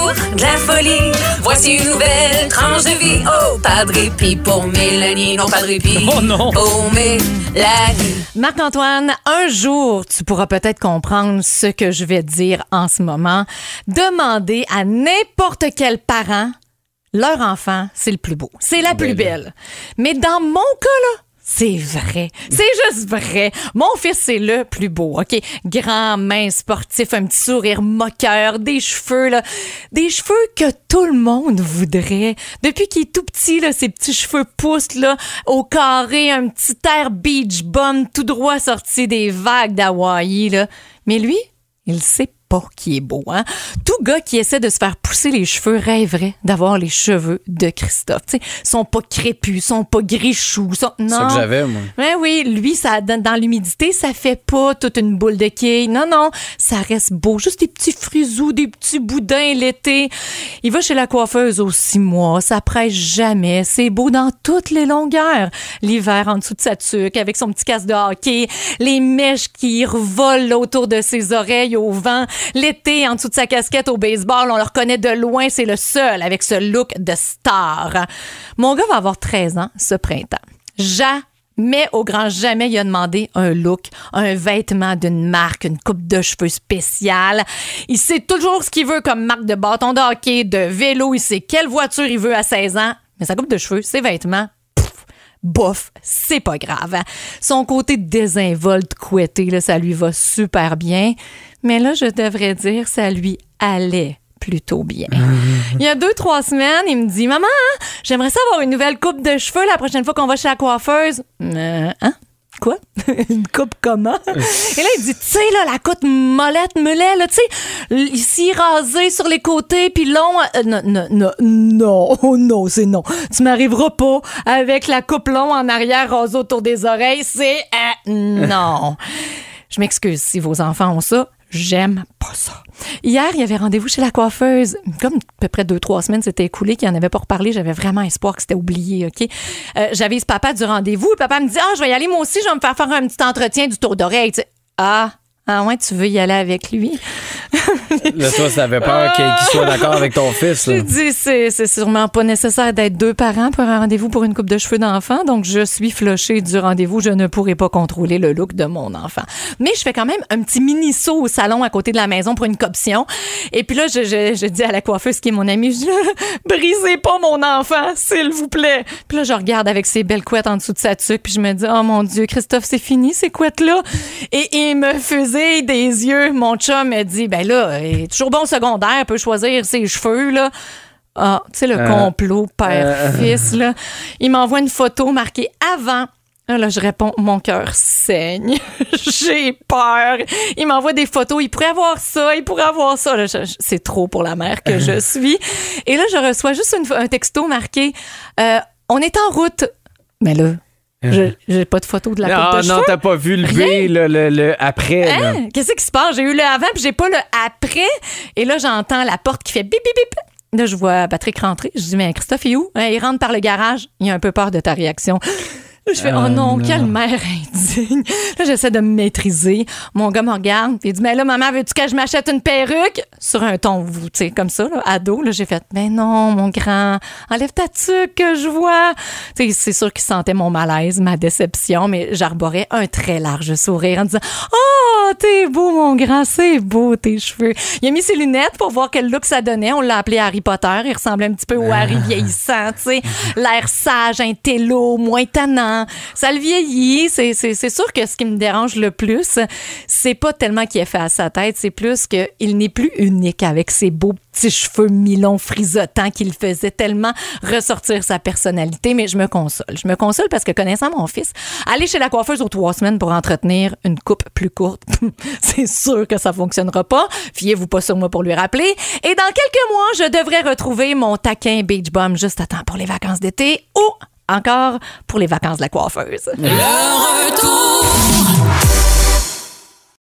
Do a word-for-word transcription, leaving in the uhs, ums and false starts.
retour de la folie. Voici une nouvelle tranche de vie. Oh, pas de répit pour Mélanie. Non, pas de répit oh non. pour Mélanie. Marc-Antoine, un jour, tu pourras peut-être comprendre ce que je vais dire en ce moment. Demandez à n'importe quel parent, leur enfant, c'est le plus beau. C'est la plus belle. Mais dans mon cas, là, c'est vrai. C'est juste vrai. Mon fils, c'est le plus beau, OK? Grand, mince, sportif, un petit sourire moqueur, des cheveux, là. Des cheveux que tout le monde voudrait. Depuis qu'il est tout petit, là, ses petits cheveux poussent, là, au carré, un petit air beach bum, tout droit sorti des vagues d'Hawaï, là. Mais lui, il sait pas qui est beau, hein? Tout gars qui essaie de se faire pousser les cheveux rêverait d'avoir les cheveux de Christophe. Tu sais, sont pas crépus, sont pas gris-choux. Sont... Non. C'est ça que j'avais, moi. Ouais, oui, lui, ça, dans, dans l'humidité, ça fait pas toute une boule de quilles. Non, non, ça reste beau. Juste des petits frisous, des petits boudins l'été. Il va chez la coiffeuse aux six mois. Ça presse jamais. C'est beau dans toutes les longueurs. L'hiver, en dessous de sa tuque, avec son petit casque de hockey, les mèches qui revolent autour de ses oreilles au vent. L'été, en dessous de sa casquette au baseball, on le reconnaît de loin, c'est le seul avec ce look de star. Mon gars va avoir treize ans ce printemps. Jamais, au grand jamais, il a demandé un look, un vêtement d'une marque, une coupe de cheveux spéciale. Il sait toujours ce qu'il veut comme marque de bâton de hockey, de vélo. Il sait quelle voiture il veut à seize ans. Mais sa coupe de cheveux, ses vêtements... bof, c'est pas grave. Son côté désinvolte, couetté, là, ça lui va super bien. Mais là, je devrais dire, ça lui allait plutôt bien. Il y a deux, trois semaines, il me dit « Maman, hein, j'aimerais ça avoir une nouvelle coupe de cheveux la prochaine fois qu'on va chez la coiffeuse. Euh, » Hein? Quoi? Une coupe comment? Et là, il dit, tu sais, là, la coupe molette, mulet, là, tu sais, ici, rasé sur les côtés, puis long. Euh, non, non, non, non, oh non, c'est non. Tu m'arriveras pas avec la coupe long en arrière, rasée autour des oreilles. C'est euh, non. Je m'excuse si vos enfants ont ça. J'aime pas ça. Hier, il y avait rendez-vous chez la coiffeuse. Comme à peu près deux, trois semaines s'était écoulé, qu'il n'en avait pas reparlé. J'avais vraiment espoir que c'était oublié, OK? Euh, j'avais ce papa du rendez-vous. Le papa me dit, ah, je vais y aller moi aussi, je vais me faire faire un petit entretien du tour d'oreille. Tu sais, ah, ah ouais, tu veux y aller avec lui? Là, toi, ça avait peur qu'il, qu'il soit d'accord avec ton fils. Là. Je dis, c'est, c'est sûrement pas nécessaire d'être deux parents pour un rendez-vous pour une coupe de cheveux d'enfant. Donc, je suis flochée du rendez-vous. Je ne pourrai pas contrôler le look de mon enfant. Mais je fais quand même un petit mini-saut au salon à côté de la maison pour une coption. Et puis là, je, je, je dis à la coiffeuse qui est mon amie, je dis, brisez pas mon enfant, s'il vous plaît. Puis là, je regarde avec ses belles couettes en dessous de sa tuque. Puis je me dis, oh mon Dieu, Christophe, c'est fini ces couettes-là. Et il me fusille des yeux. Mon chum me dit, ben là, il est toujours bon secondaire, peut choisir ses cheveux, là. Ah, tu sais, le euh, complot père-fils, euh, là. Il m'envoie une photo marquée avant. Là, là je réponds, mon cœur saigne. J'ai peur. Il m'envoie des photos. Il pourrait avoir ça, il pourrait avoir ça. Là, je, c'est trop pour la mère que je suis. Et là, je reçois juste une, un texto marqué euh, on est en route. Mais là, Je, j'ai pas de photo de la coupe de cheveux. Non, t'as pas vu le B, le, le, le après. Hein? Là. Qu'est-ce qui se passe? J'ai eu le avant, puis j'ai pas le après. Et là, j'entends la porte qui fait bip, bip, bip. Là, je vois Patrick rentrer. Je dis, mais Christophe est où? Il rentre par le garage. Il a un peu peur de ta réaction. Là, je fais, oh non, non, quelle mère indigne. Là, j'essaie de me maîtriser. Mon gars me regarde. Il dit, mais là, maman, veux-tu que je m'achète une perruque? Sur un ton, tu sais, comme ça, là, ado. Là, j'ai fait, mais non, mon grand, enlève ta tuque que je vois. Tu sais, c'est sûr qu'il sentait mon malaise, ma déception, mais j'arborais un très large sourire en disant, oh, t'es beau, mon grand, c'est beau, tes cheveux. Il a mis ses lunettes pour voir quel look ça donnait. On l'a appelé Harry Potter. Il ressemblait un petit peu au Harry vieillissant, tu sais. L'air sage, un télo, moins tannant. Ça le vieillit. C'est, c'est, c'est sûr que ce qui me dérange le plus, c'est pas tellement qu'il est fait à sa tête, c'est plus qu'il n'est plus unique avec ses beaux petits cheveux mi-longs frisotants qui le faisaient tellement ressortir sa personnalité. Mais je me console. Je me console parce que connaissant mon fils, aller chez la coiffeuse aux trois semaines pour entretenir une coupe plus courte, c'est sûr que ça fonctionnera pas. Fiez-vous pas sur moi pour lui rappeler. Et dans quelques mois, je devrais retrouver mon taquin beach bum juste à temps pour les vacances d'été ou encore pour les vacances de la coiffeuse. Le retour